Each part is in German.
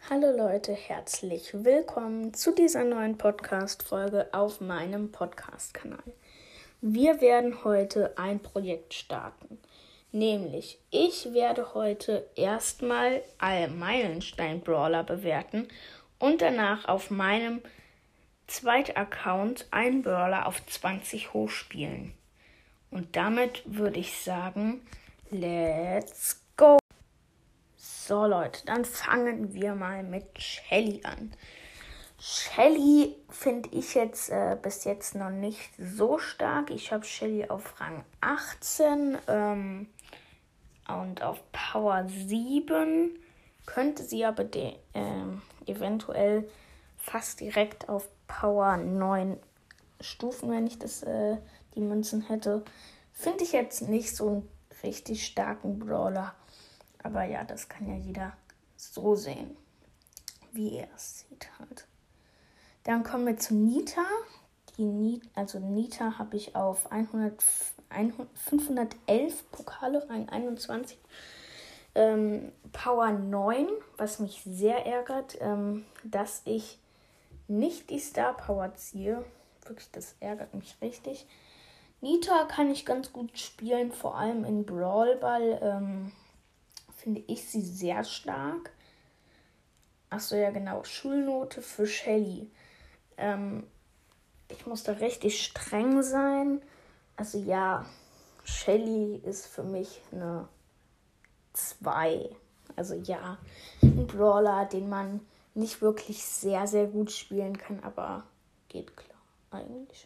Hallo Leute, herzlich willkommen zu dieser neuen Podcast-Folge auf meinem Podcast-Kanal. Wir werden heute ein Projekt starten. Nämlich, ich werde heute erstmal alle Meilenstein-Brawler bewerten und danach auf meinem zweiten Account einen Brawler auf 20 hochspielen. Und damit würde ich sagen, let's go! So Leute, dann fangen wir mal mit Shelly an. Shelly finde ich jetzt bis jetzt noch nicht so stark. Ich habe Shelly auf Rang 18 und auf Power 7. Könnte sie aber eventuell fast direkt auf Power 9 stufen, wenn ich die Münzen hätte. Finde ich jetzt nicht so einen richtig starken Brawler. Aber ja, das kann ja jeder so sehen, wie er es sieht halt. Dann kommen wir zu Nita. Nita habe ich auf 511 Pokale, Rang 21. Power 9, was mich sehr ärgert, dass ich nicht die Star Power ziehe. Wirklich, das ärgert mich richtig. Nita kann ich ganz gut spielen, vor allem in Brawl Ball. Finde ich sie sehr stark. Achso, ja genau. Schulnote für Shelly. Ich muss da richtig streng sein. Also ja, Shelly ist für mich eine 2. Also ja, ein Brawler, den man nicht wirklich sehr, sehr gut spielen kann, aber geht klar eigentlich.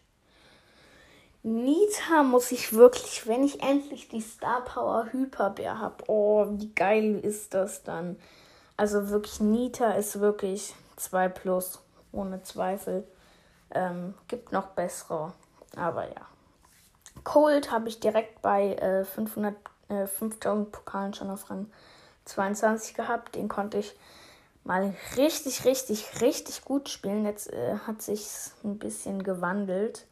Nita muss ich wirklich, wenn ich endlich die Star Power Hyperbär habe, oh, wie geil ist das dann? Also wirklich, Nita ist wirklich 2+, ohne Zweifel. Gibt noch bessere, aber ja. Cold habe ich direkt bei 5000 Pokalen schon auf Rang 22 gehabt. Den konnte ich mal richtig, richtig, richtig gut spielen. Jetzt hat sich's ein bisschen gewandelt.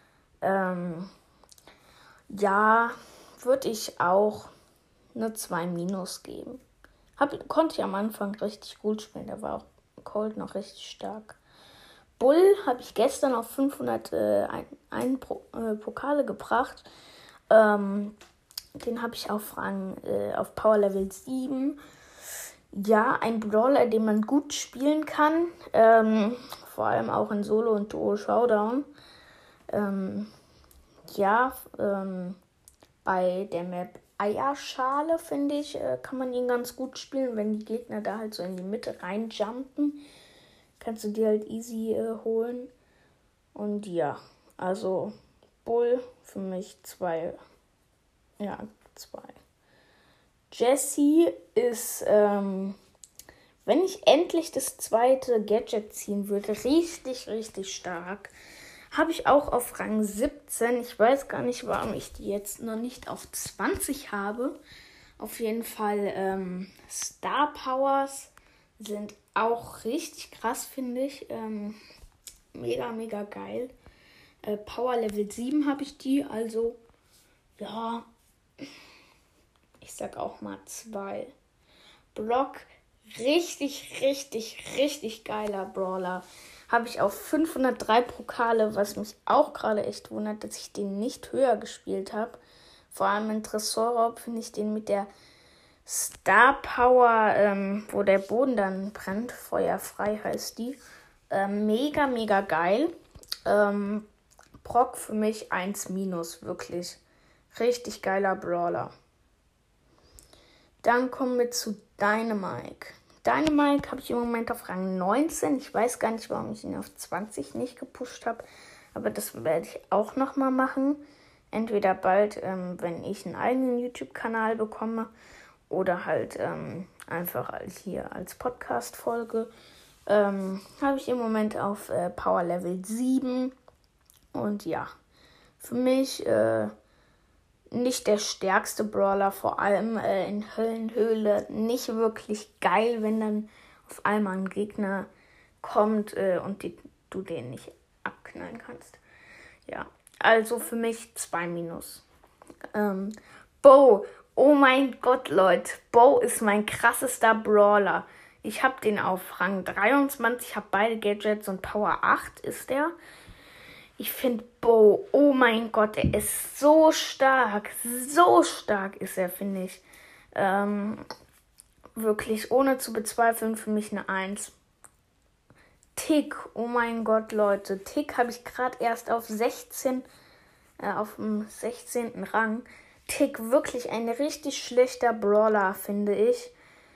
Ja, würde ich auch eine 2- geben. Konnte ich am Anfang richtig gut spielen. Da war auch Cold noch richtig stark. Bull habe ich gestern auf 501 Pokale gebracht. Den habe ich auf Power Level 7. Ja, ein Brawler, den man gut spielen kann. Vor allem auch in Solo und Duo Showdown. Bei der Map Eierschale, finde ich, kann man ihn ganz gut spielen, wenn die Gegner da halt so in die Mitte reinjumpen. Kannst du die halt easy holen. Und ja, also Bull für mich 2. Ja, 2. Jessie ist, wenn ich endlich das zweite Gadget ziehen würde, richtig, richtig stark. Habe ich auch auf Rang 17. Ich weiß gar nicht, warum ich die jetzt noch nicht auf 20 habe. Auf jeden Fall Star Powers sind auch richtig krass, finde ich. Mega, mega geil. Power Level 7 habe ich die. Also, ja, ich sag auch mal 2. Brock, richtig, richtig, richtig geiler Brawler. Habe ich auf 503 Pokale, was mich auch gerade echt wundert, dass ich den nicht höher gespielt habe. Vor allem in Tresorraub finde ich den mit der Star Power, wo der Boden dann brennt, feuerfrei heißt die, mega, mega geil. Brock für mich 1-, wirklich. Richtig geiler Brawler. Dann kommen wir zu Dynamike. Dynamike habe ich im Moment auf Rang 19. Ich weiß gar nicht, warum ich ihn auf 20 nicht gepusht habe. Aber das werde ich auch nochmal machen. Entweder bald, wenn ich einen eigenen YouTube-Kanal bekomme. Oder halt einfach hier als Podcast-Folge. Habe ich im Moment auf Power Level 7. Und ja, für mich nicht der stärkste Brawler, vor allem in Höllenhöhle. Nicht wirklich geil, wenn dann auf einmal ein Gegner kommt und du den nicht abknallen kannst. Ja, also für mich 2-. Bo, oh mein Gott, Leute. Bo ist mein krassester Brawler. Ich habe den auf Rang 23, ich habe beide Gadgets und Power 8 ist der. Ich finde Bo, oh mein Gott, er ist so stark ist er, finde ich. Wirklich, ohne zu bezweifeln, für mich eine 1. Tick, oh mein Gott, Leute. Tick habe ich gerade erst auf auf dem 16. Rang. Tick, wirklich ein richtig schlechter Brawler, finde ich.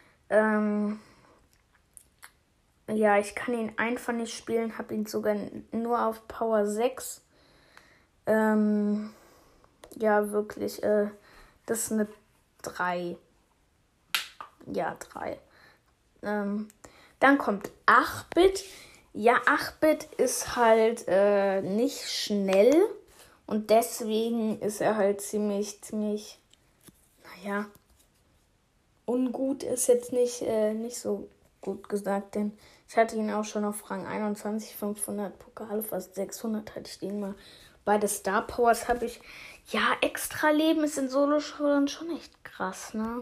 Ja, ich kann ihn einfach nicht spielen, habe ihn sogar nur auf Power 6. Ja, wirklich, das ist eine 3. Ja, 3. Dann kommt 8-Bit. Ja, 8-Bit ist halt nicht schnell und deswegen ist er halt ziemlich, naja, ungut ist jetzt nicht so gut gesagt, denn ich hatte ihn auch schon auf Rang 21, 500 Pokale, fast 600 hatte ich den mal. Beide Star Powers habe ich. Ja, extra Leben ist in Solo-Showdown schon echt krass, ne?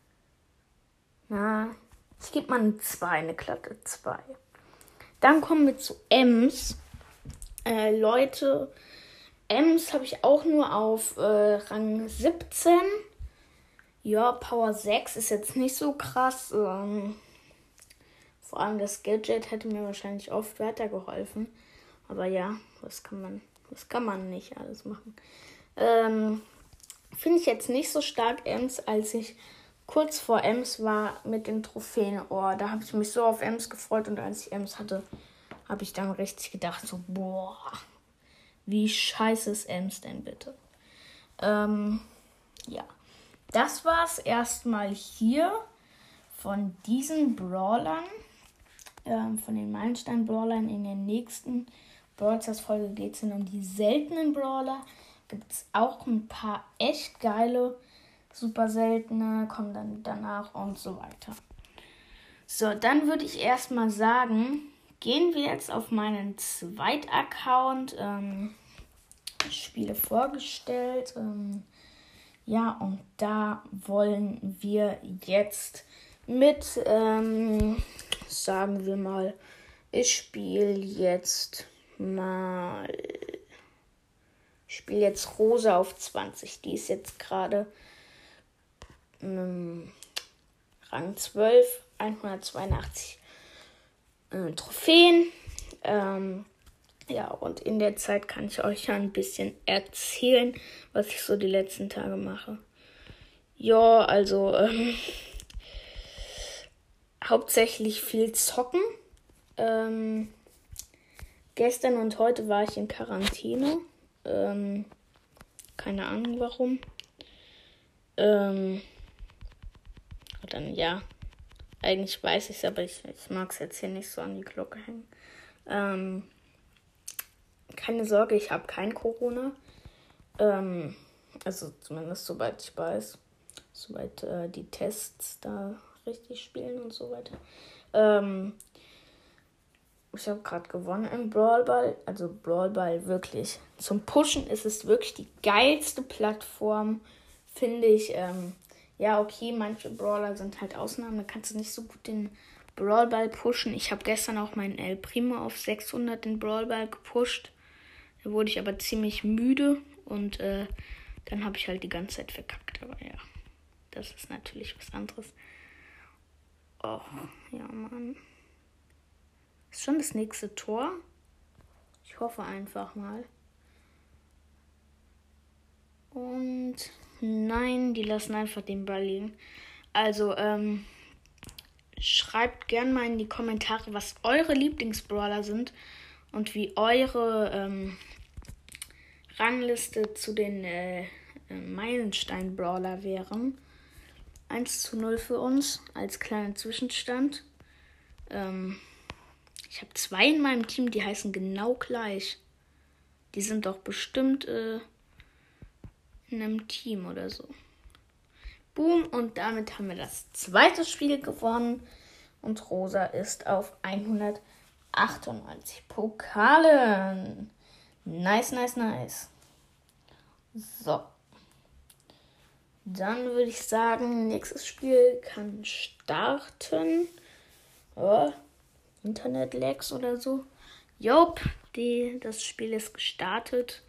Na, ich gebe mal eine 2, eine glatte 2. Dann kommen wir zu Ems. Leute, Ems habe ich auch nur auf Rang 17. Ja, Power 6 ist jetzt nicht so krass. Vor allem das Gadget hätte mir wahrscheinlich oft weitergeholfen. Aber ja, was kann man nicht alles machen. Finde ich jetzt nicht so stark Ems, als ich kurz vor Ems war mit den Trophäen. Oh, da habe ich mich so auf Ems gefreut. Und als ich Ems hatte, habe ich dann richtig gedacht, so, boah, wie scheiße ist Ems denn bitte? Ja, das war's erstmal hier von diesen Brawlern, von den Meilenstein-Brawlern. In der nächsten Brawl Stars Folge geht es um die seltenen Brawler. Gibt es auch ein paar echt geile, super seltene, kommen dann danach und so weiter. So, dann würde ich erstmal sagen, gehen wir jetzt auf meinen Zweitaccount. Spiele vorgestellt. Ja, und da wollen wir jetzt mit, sagen wir mal, ich spiele jetzt Rosa auf 20. Die ist jetzt gerade Rang 12, 182 Trophäen. Ja, und in der Zeit kann ich euch ja ein bisschen erzählen, was ich so die letzten Tage mache. Ja, also hauptsächlich viel zocken. Gestern und heute war ich in Quarantäne. Keine Ahnung warum. Und dann, ja, eigentlich weiß ich es, aber ich mag es jetzt hier nicht so an die Glocke hängen. Keine Sorge, ich habe kein Corona. Also zumindest soweit ich weiß. Soweit die Tests da richtig spielen und so weiter. Ich habe gerade gewonnen im Brawl Ball. Also Brawl Ball wirklich. Zum Pushen ist es wirklich die geilste Plattform, finde ich. Ja, okay, manche Brawler sind halt Ausnahmen. Da kannst du nicht so gut den Brawl Ball pushen. Ich habe gestern auch meinen El Primo auf 600 den Brawl Ball gepusht. Da wurde ich aber ziemlich müde und dann habe ich halt die ganze Zeit verkackt. Aber ja, das ist natürlich was anderes. Oh, ja, Mann. Ist schon das nächste Tor? Ich hoffe einfach mal. Und nein, die lassen einfach den Ball liegen. Also, schreibt gern mal in die Kommentare, was eure Lieblingsbrawler sind und wie eure Rangliste zu den Meilenstein-Brawler wären. 1:0 für uns als kleiner Zwischenstand. Ich habe 2 in meinem Team, die heißen genau gleich. Die sind doch bestimmt in einem Team oder so. Boom, und damit haben wir das zweite Spiel gewonnen. Und Rosa ist auf 198 Pokalen. Nice, nice, nice. So. Dann würde ich sagen, nächstes Spiel kann starten. Oh, Internet-Lags oder so. Jop, das Spiel ist gestartet.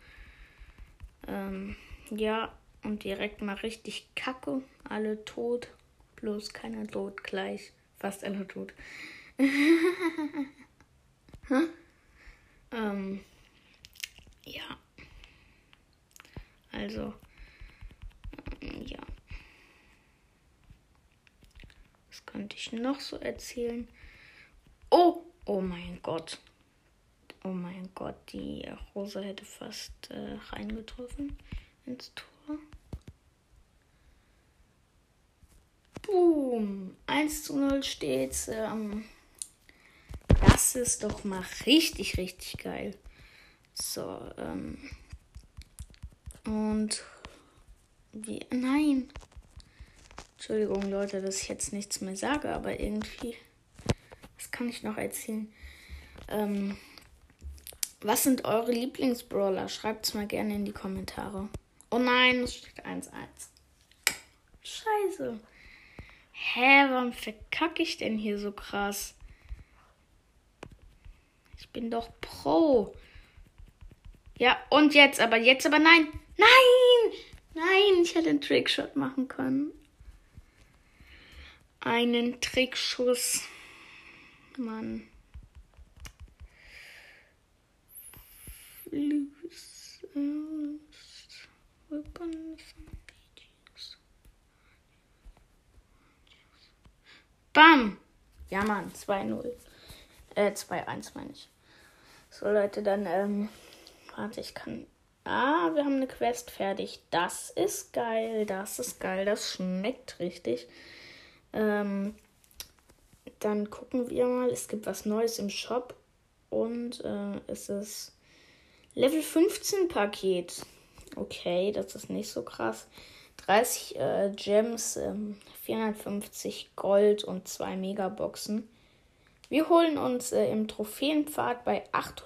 Ja, und direkt mal richtig kacke. Alle tot. Bloß keiner tot gleich. Fast alle tot. Ja. Also, ja. Was könnte ich noch so erzählen? Oh mein Gott. Oh mein Gott, die Rosa hätte fast reingetroffen ins Tor. Boom. 1:0 steht's. Das ist doch mal richtig, richtig geil. So, und wie. Nein. Entschuldigung, Leute, dass ich jetzt nichts mehr sage, aber irgendwie. Was kann ich noch erzählen? Was sind eure Lieblingsbrawler? Schreibt's mal gerne in die Kommentare. Oh nein, es steht 1:1. Scheiße. Hä, warum verkacke ich denn hier so krass? Ich bin doch Pro. Ja, und jetzt aber nein. Nein, ich hätte einen Trickshot machen können. Einen Trickschuss. Mann. Bam! Ja, Mann, 2:0. 2:1 meine ich. So, Leute, dann, warte, ich kann. Wir haben eine Quest fertig. Das ist geil, das schmeckt richtig. Dann gucken wir mal. Es gibt was Neues im Shop. Und es ist Level 15 Paket. Okay, das ist nicht so krass. 30 Gems, 450 Gold und 2 Megaboxen. Wir holen uns im Trophäenpfad bei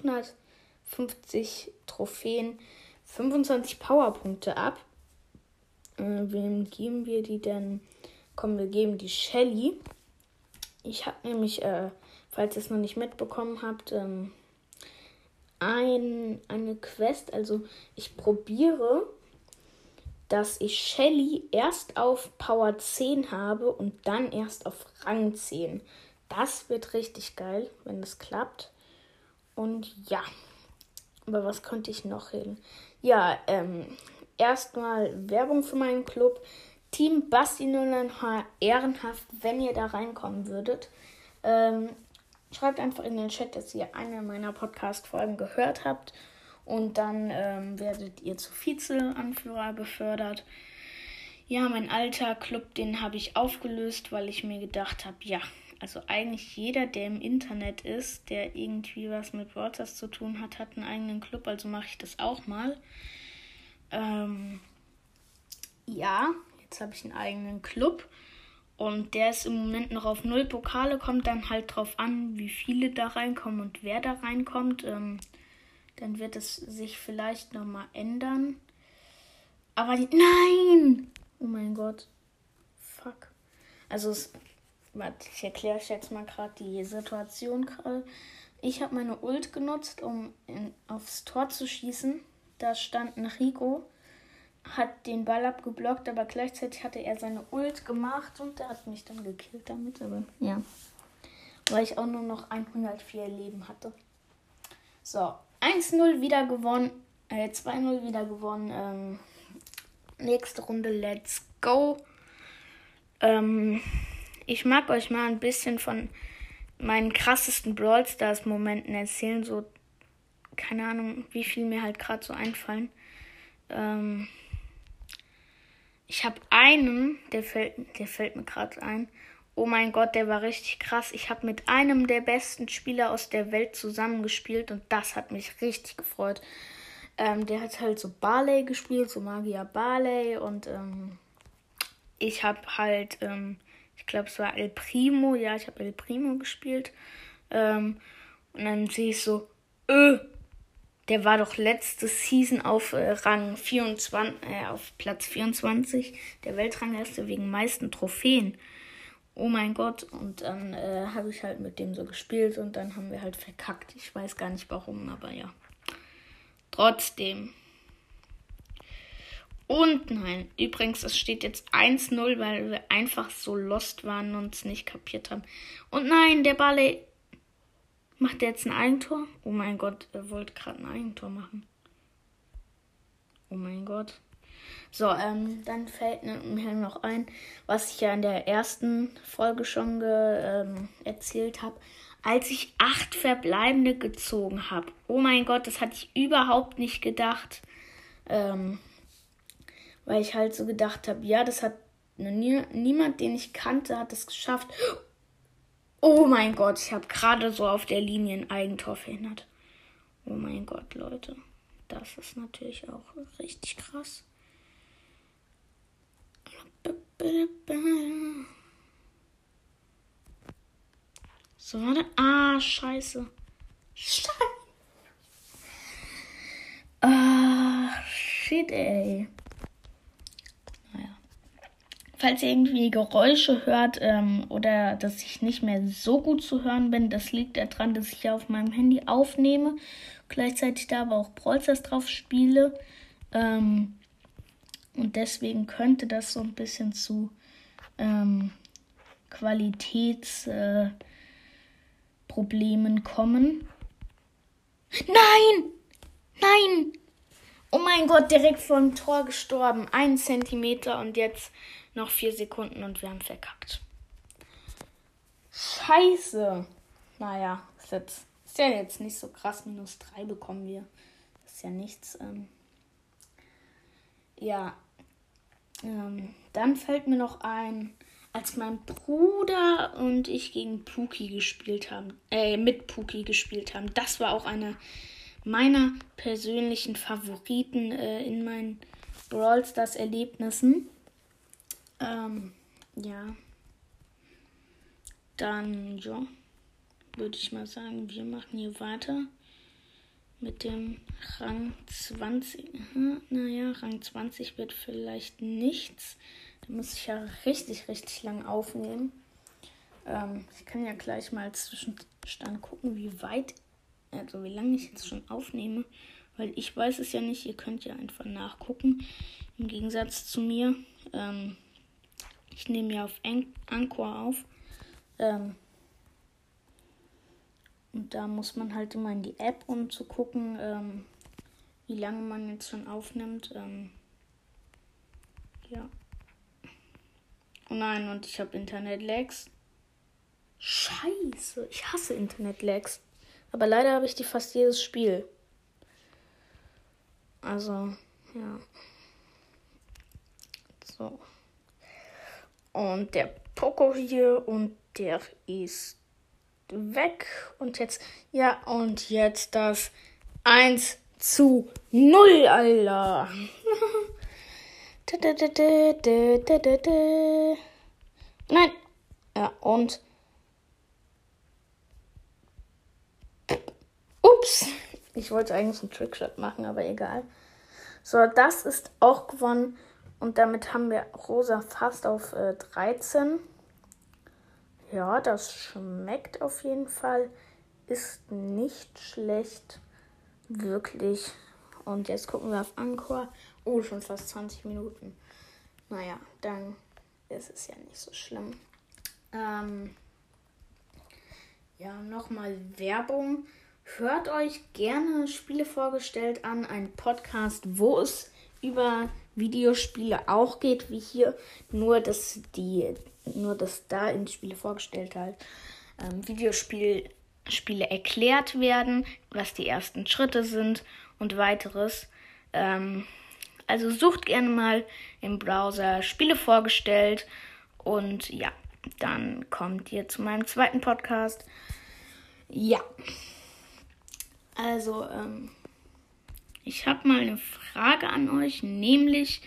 850 Trophäen 25 Powerpunkte ab. Wem geben wir die denn? Komm, wir geben die Shelly. Ich habe nämlich, falls ihr es noch nicht mitbekommen habt, eine Quest. Also ich probiere, dass ich Shelly erst auf Power 10 habe und dann erst auf Rang 10. Das wird richtig geil, wenn das klappt. Und ja, aber was könnte ich noch reden? Ja, erstmal Werbung für meinen Club. Team Basti 09H, ehrenhaft, wenn ihr da reinkommen würdet. Schreibt einfach in den Chat, dass ihr eine meiner Podcast-Folgen gehört habt. Und dann werdet ihr zu Vize-Anführer befördert. Ja, mein alter Club, den habe ich aufgelöst, weil ich mir gedacht habe, ja, also eigentlich jeder, der im Internet ist, der irgendwie was mit Brawl Stars zu tun hat, hat einen eigenen Club, also mache ich das auch mal. Ja, jetzt habe ich einen eigenen Club und der ist im Moment noch auf 0 Pokale, kommt dann halt drauf an, wie viele da reinkommen und wer da reinkommt. Dann wird es sich vielleicht nochmal ändern. Aber nein! Oh mein Gott. Fuck. Also, ich erkläre euch jetzt mal gerade die Situation gerade. Ich habe meine Ult genutzt, um aufs Tor zu schießen. Da stand ein Rico, hat den Ball abgeblockt, aber gleichzeitig hatte er seine Ult gemacht und der hat mich dann gekillt damit. Aber ja, weil ich auch nur noch 104 Leben hatte. So, 1:0 wieder gewonnen, 2:0 wieder gewonnen. Nächste Runde, let's go. Ich mag euch mal ein bisschen von meinen krassesten Brawl Stars Momenten erzählen. So, keine Ahnung, wie viel mir halt gerade so einfallen. Ich habe einen, der fällt mir gerade ein. Oh mein Gott, der war richtig krass. Ich habe mit einem der besten Spieler aus der Welt zusammengespielt und das hat mich richtig gefreut. Der hat halt so Barley gespielt, so Magier Barley und ich habe halt, ich glaube es war El Primo, ja, ich habe El Primo gespielt. Und dann sehe ich so, der war doch letzte Season auf Rang 24, auf Platz 24 der Weltrangliste wegen meisten Trophäen. oh mein Gott. Und dann habe ich halt mit dem so gespielt und dann haben wir halt verkackt. Ich weiß gar nicht warum, aber ja. Trotzdem. Und nein, übrigens, es steht jetzt 1-0, weil wir einfach so lost waren und es nicht kapiert haben. Und nein, der Barley, macht der jetzt ein Eigentor? Oh mein Gott, er wollte gerade ein Eigentor machen. Oh mein Gott. So, dann fällt mir noch ein, was ich ja in der ersten Folge schon erzählt habe. Als ich 8 Verbleibende gezogen habe. Oh mein Gott, das hatte ich überhaupt nicht gedacht. Weil ich halt so gedacht habe, ja, das hat niemand, den ich kannte, hat es geschafft. Oh mein Gott, ich habe gerade so auf der Linie ein Eigentor verhindert. Oh mein Gott, Leute. Das ist natürlich auch richtig krass. So, warte. Ah, scheiße. Ah, shit, ey. Naja. Falls ihr irgendwie Geräusche hört oder dass ich nicht mehr so gut zu hören bin, das liegt daran, dass ich ja auf meinem Handy aufnehme, gleichzeitig da aber auch Brawl Stars drauf spiele. Und deswegen könnte das so ein bisschen zu Qualitätsproblemen kommen. Nein! Nein! Oh mein Gott, direkt vom Tor gestorben. 1 Zentimeter und jetzt noch 4 Sekunden und wir haben verkackt. Scheiße. Naja, ist ja jetzt nicht so krass. -3 bekommen wir. Das ist ja nichts. Dann fällt mir noch ein, als mein Bruder und ich gegen Puki gespielt haben, mit Puki gespielt haben. Das war auch eine meiner persönlichen Favoriten in meinen Brawl Stars Erlebnissen. Dann, würde ich mal sagen, wir machen hier weiter mit dem Rang 20. Rang 20 wird vielleicht nichts. Da muss ich ja richtig, richtig lang aufnehmen. Ich kann ja gleich mal Zwischenstand gucken, wie lange ich jetzt schon aufnehme. Weil ich weiß es ja nicht, ihr könnt ja einfach nachgucken. Im Gegensatz zu mir. Ich nehme ja auf Anchor auf. Und da muss man halt immer in die App, um zu gucken, wie lange man jetzt schon aufnimmt. Oh nein, und ich habe Internet-Lags. Scheiße, ich hasse Internet-Lags. Aber leider habe ich die fast jedes Spiel. Also, ja. So. Und der Poco hier und der ist weg. Und jetzt das 1-0, Alter. Nein. Ja, und ups. Ich wollte eigentlich einen Trickshot machen, aber egal. So, das ist auch gewonnen. Und damit haben wir Rosa fast auf 13. Ja, das schmeckt auf jeden Fall. Ist nicht schlecht. Wirklich. Und jetzt gucken wir auf Anchor. Oh, schon fast 20 Minuten. Naja, dann ist es ja nicht so schlimm. Nochmal Werbung. Hört euch gerne Spiele vorgestellt an. Ein Podcast, wo es über Videospiele auch geht, wie hier. Nur, dass da in Spiele vorgestellt halt Videospiele erklärt werden, was die ersten Schritte sind und weiteres. Also sucht gerne mal im Browser Spiele vorgestellt und ja, dann kommt ihr zu meinem zweiten Podcast. Ja, also ich habe mal eine Frage an euch, nämlich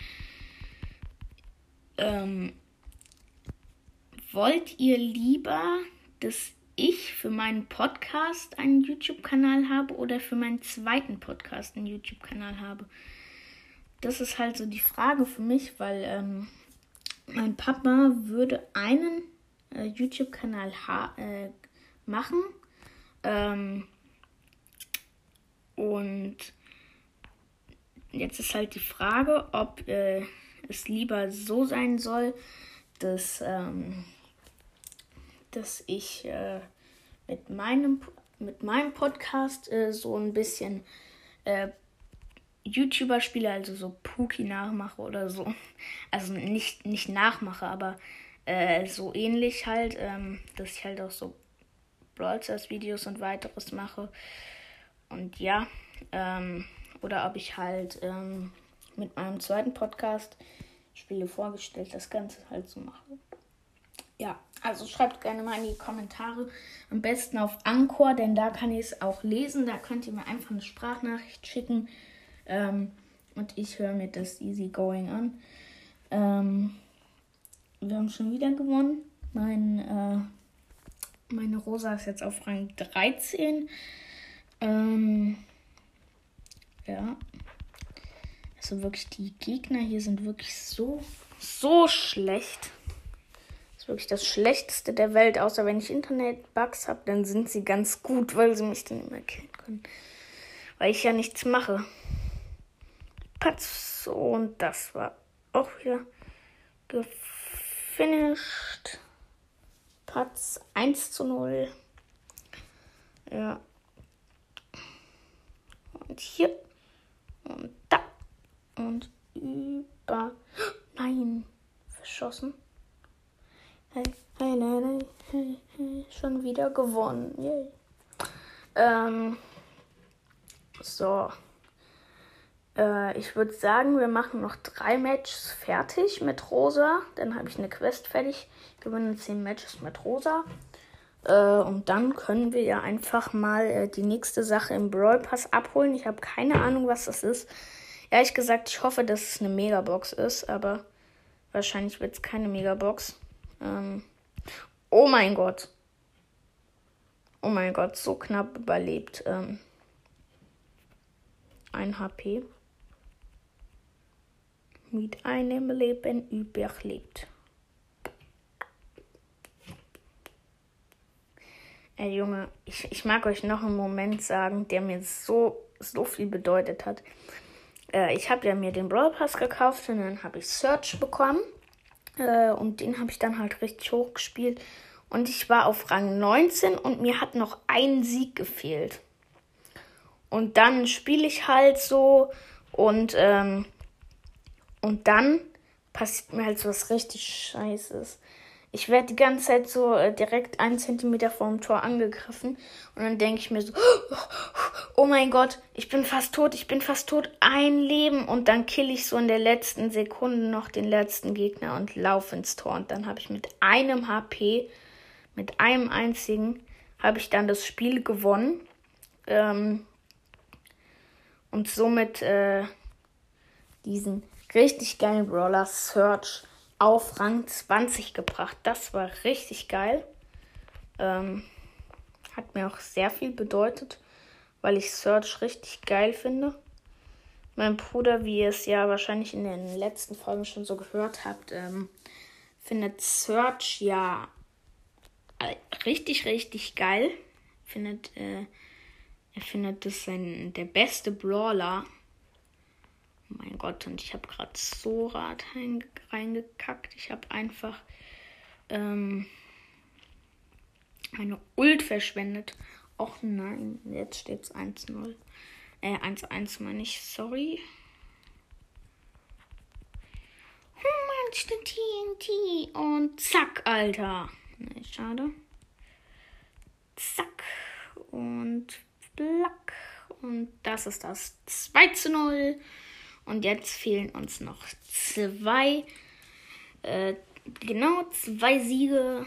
wollt ihr lieber, dass ich für meinen Podcast einen YouTube-Kanal habe oder für meinen zweiten Podcast einen YouTube-Kanal habe? Das ist halt so die Frage für mich, weil mein Papa würde einen YouTube-Kanal machen. Und jetzt ist halt die Frage, ob es lieber so sein soll, dass ich mit meinem Podcast so ein bisschen YouTuber spiele, also so Puki nachmache oder so. Also nicht nachmache, aber so ähnlich halt, dass ich halt auch so Brawl Stars Videos und weiteres mache. Und ja, oder ob ich halt mit meinem zweiten Podcast Spiele vorgestellt, das Ganze halt so mache. Ja, also schreibt gerne mal in die Kommentare. Am besten auf Anchor, denn da kann ich es auch lesen. Da könnt ihr mir einfach eine Sprachnachricht schicken. Und ich höre mir das easy going an. Wir haben schon wieder gewonnen. Meine Rosa ist jetzt auf Rang 13. Ja. Also wirklich, die Gegner hier sind wirklich so schlecht. Das ist wirklich das Schlechteste der Welt. Außer wenn ich Internet-Bugs habe, dann sind sie ganz gut, weil sie mich dann immer killen können. Weil ich ja nichts mache. Patz. Und das war auch wieder gefinisht. Patz 1:0. Ja. Und hier. Und da. Und über. Nein. Verschossen. Hey, nein. Hey. Schon wieder gewonnen. Yay. So. Ich würde sagen, wir machen noch 3 Matches fertig mit Rosa. Dann habe ich eine Quest fertig. Gewinne 10 Matches mit Rosa. Und dann können wir ja einfach mal die nächste Sache im Brawl Pass abholen. Ich habe keine Ahnung, was das ist. Ehrlich gesagt, ich hoffe, dass es eine Megabox ist. Aber wahrscheinlich wird es keine Megabox. Oh mein Gott. Oh mein Gott, so knapp überlebt. 1 HP. Mit einem Leben überlebt. Ey Junge, ich mag euch noch einen Moment sagen, der mir so viel bedeutet hat. Ich habe ja mir den Brawl Pass gekauft und dann habe ich Search bekommen. Und den habe ich dann halt richtig hoch gespielt. Und ich war auf Rang 19 und mir hat noch ein Sieg gefehlt. Und dann spiele ich halt so und dann passiert mir halt so was richtig Scheißes. Ich werde die ganze Zeit so direkt 1 Zentimeter vorm Tor angegriffen. Und dann denke ich mir so, oh mein Gott, ich bin fast tot. Ein Leben. Und dann kill ich so in der letzten Sekunde noch den letzten Gegner und laufe ins Tor. Und dann habe ich mit einem HP, mit einem einzigen, habe ich dann das Spiel gewonnen. Und somit diesen richtig geilen Brawler Search auf Rang 20 gebracht. Das war richtig geil. Hat mir auch sehr viel bedeutet, weil ich Search richtig geil finde. Mein Bruder, wie ihr es ja wahrscheinlich in den letzten Folgen schon so gehört habt, findet Search ja richtig, richtig geil. Er findet das der beste Brawler. Oh mein Gott, und ich habe gerade so hart reingekackt. Ich habe einfach meine Ult verschwendet. Och nein, jetzt steht es 1:0. 1:1 meine ich, sorry. Monster TNT und zack, Alter. Nee, schade. Zack und plack. Und das ist das 2:0. Und jetzt fehlen uns noch 2. 2 Siege.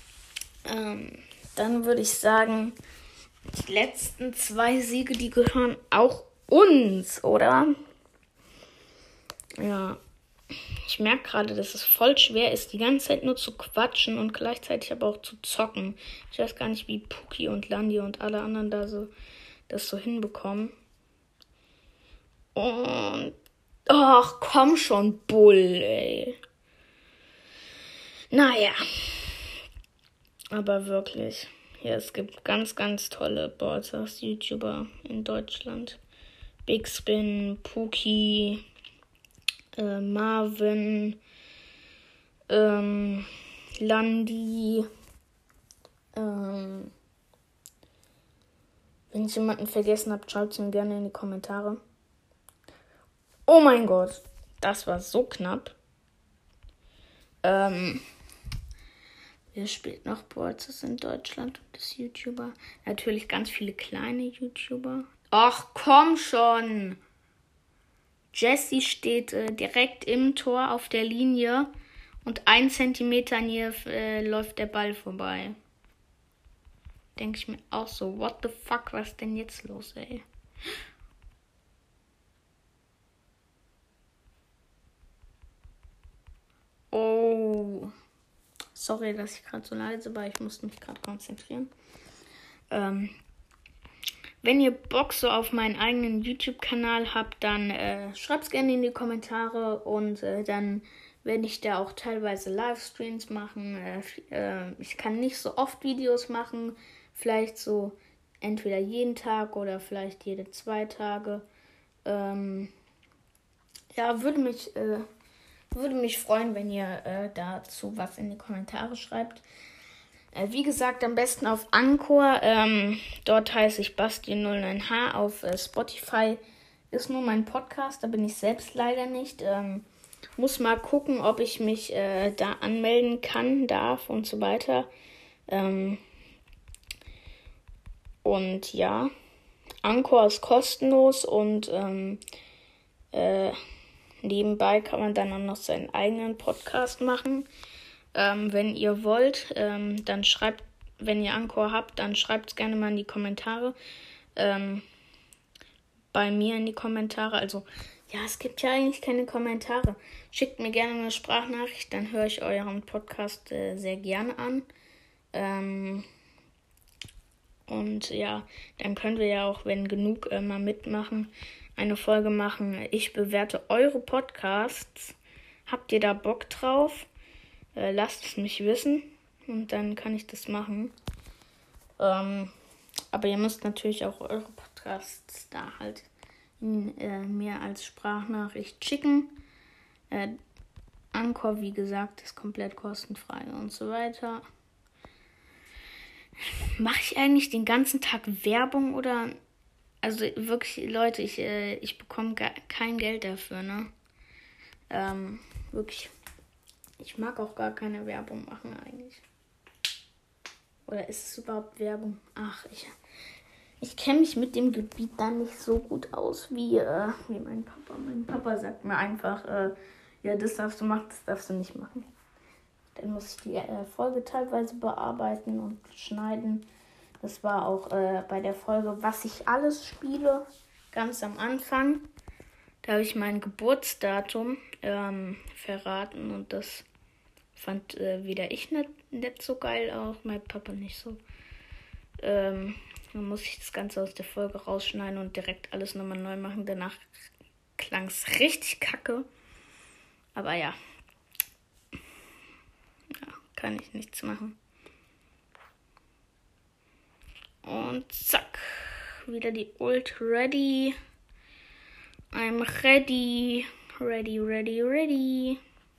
Dann würde ich sagen, die letzten 2 Siege, die gehören auch uns, oder? Ja. Ich merke gerade, dass es voll schwer ist, die ganze Zeit nur zu quatschen und gleichzeitig aber auch zu zocken. Ich weiß gar nicht, wie Puki und Landi und alle anderen das so hinbekommen. Und ach, komm schon, Bull, ey. Naja. Aber wirklich. Ja, es gibt ganz, ganz tolle Brawl Stars YouTuber in Deutschland. Big Spin, Pookie, Marvin, Landi. Wenn ich jemanden vergessen habe, schreibt es mir gerne in die Kommentare. Oh mein Gott, das war so knapp. Wer spielt noch Brawl Stars in Deutschland und ist YouTuber? Natürlich ganz viele kleine YouTuber. Ach, komm schon! Jessie steht direkt im Tor auf der Linie und 1 Zentimeter an ihr läuft der Ball vorbei. Denke ich mir auch so, what the fuck, was ist denn jetzt los, ey? Oh. Sorry, dass ich gerade so leise war. Ich musste mich gerade konzentrieren. Wenn ihr Bock so auf meinen eigenen YouTube-Kanal habt, dann schreibt es gerne in die Kommentare und dann werde ich da auch teilweise Livestreams machen. Ich kann nicht so oft Videos machen. Vielleicht so entweder jeden Tag oder vielleicht jede 2 Tage. Ja, würde mich freuen, wenn ihr dazu was in die Kommentare schreibt. Wie gesagt, am besten auf Anchor. Dort heiße ich Basti09H. Auf Spotify ist nur mein Podcast. Da bin ich selbst leider nicht. Muss mal gucken, ob ich mich da anmelden kann, darf und so weiter. Und ja, Anchor ist kostenlos und nebenbei kann man dann auch noch seinen eigenen Podcast machen. Wenn ihr wollt, dann schreibt, wenn ihr Anchor habt, dann schreibt es gerne mal in die Kommentare. Bei mir in die Kommentare. Also, ja, es gibt ja eigentlich keine Kommentare. Schickt mir gerne eine Sprachnachricht, dann höre ich euren Podcast sehr gerne an. Und ja, dann können wir ja auch, wenn genug mal mitmachen, eine Folge machen. Ich bewerte eure Podcasts. Habt ihr da Bock drauf? Lasst es mich wissen und dann kann ich das machen. Aber ihr müsst natürlich auch eure Podcasts da halt mir als Sprachnachricht schicken. Anchor, wie gesagt, ist komplett kostenfrei und so weiter. Mache ich eigentlich den ganzen Tag Werbung oder... Also wirklich, Leute, ich bekomme kein Geld dafür, ne? Wirklich... Ich mag auch gar keine Werbung machen eigentlich. Oder ist es überhaupt Werbung? Ach, ich kenne mich mit dem Gebiet da nicht so gut aus wie mein Papa. Mein Papa sagt mir einfach, ja, das darfst du machen, das darfst du nicht machen. Dann muss ich die Folge teilweise bearbeiten und schneiden. Das war auch bei der Folge, was ich alles spiele, ganz am Anfang. Da habe ich mein Geburtsdatum verraten und das fand weder ich nicht so geil, auch mein Papa nicht so. Dann muss ich das Ganze aus der Folge rausschneiden und direkt alles nochmal neu machen. Danach klang es richtig kacke. Aber ja, kann ich nichts machen. Und zack, wieder die Ult ready. I'm ready. Ready.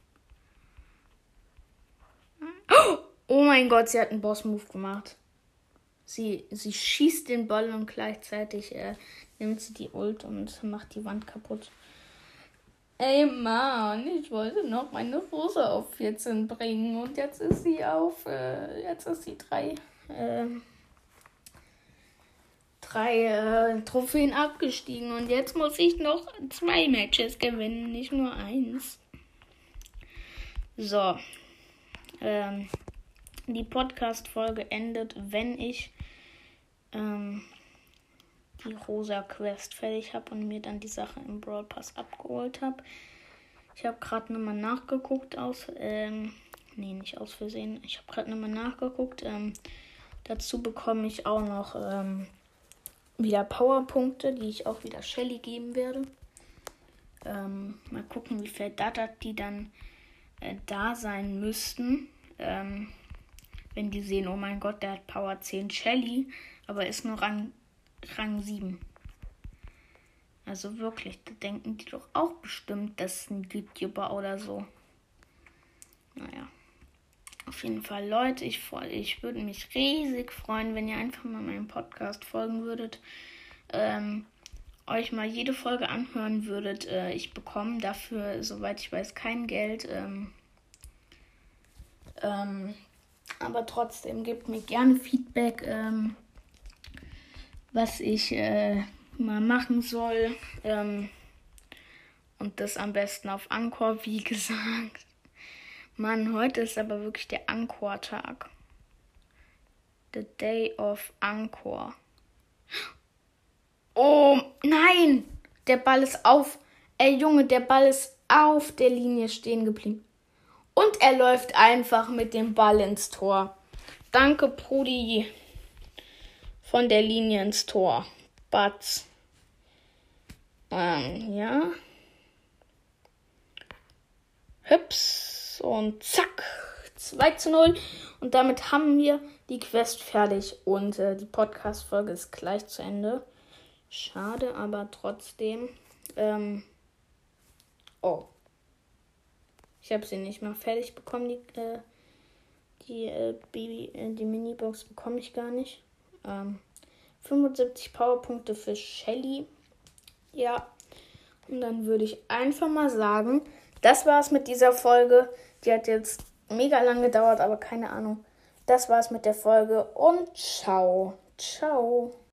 Oh mein Gott, sie hat einen Boss-Move gemacht. Sie schießt den Ball und gleichzeitig nimmt sie die Ult und macht die Wand kaputt. Ey Mann, ich wollte noch meine Rose auf 14 bringen und jetzt ist sie jetzt ist sie 3 Trophäen abgestiegen und jetzt muss ich noch 2 Matches gewinnen, nicht nur 1. So, die Podcast-Folge endet, wenn ich die rosa Quest fertig habe und mir dann die Sache im Brawl Pass abgeholt habe. Ich habe gerade nochmal nachgeguckt nicht aus Versehen. Ich habe gerade nochmal nachgeguckt. Dazu bekomme ich auch noch wieder Powerpunkte, die ich auch wieder Shelly geben werde. Mal gucken, wie viel Data die dann da sein müssten. Wenn die sehen, oh mein Gott, der hat Power 10 Shelly, aber ist nur Rang 7. Also wirklich, da denken die doch auch bestimmt, das ist ein YouTuber oder so. Naja. Auf jeden Fall, Leute, ich würde mich riesig freuen, wenn ihr einfach mal meinem Podcast folgen würdet. Euch mal jede Folge anhören würdet. Ich bekomme dafür, soweit ich weiß, kein Geld. Aber trotzdem gebt mir gerne Feedback, was ich mal machen soll. Und das am besten auf Anchor, wie gesagt. Mann, heute ist aber wirklich der Anchor-Tag. The Day of Anchor. Oh, nein! Der Ball ist auf. Ey, Junge, der Ball ist auf der Linie stehen geblieben. Und er läuft einfach mit dem Ball ins Tor. Danke, Brudi. Von der Linie ins Tor. Batz. Ja. Hüps. Und zack. 2:0. Und damit haben wir die Quest fertig. Und die Podcast-Folge ist gleich zu Ende. Schade, aber trotzdem. Ich habe sie nicht mal fertig bekommen. Die Minibox bekomme ich gar nicht. 75 Powerpunkte für Shelly. Ja. Und dann würde ich einfach mal sagen, das war's mit dieser Folge. Die hat jetzt mega lang gedauert, aber keine Ahnung. Das war's mit der Folge und ciao. Ciao.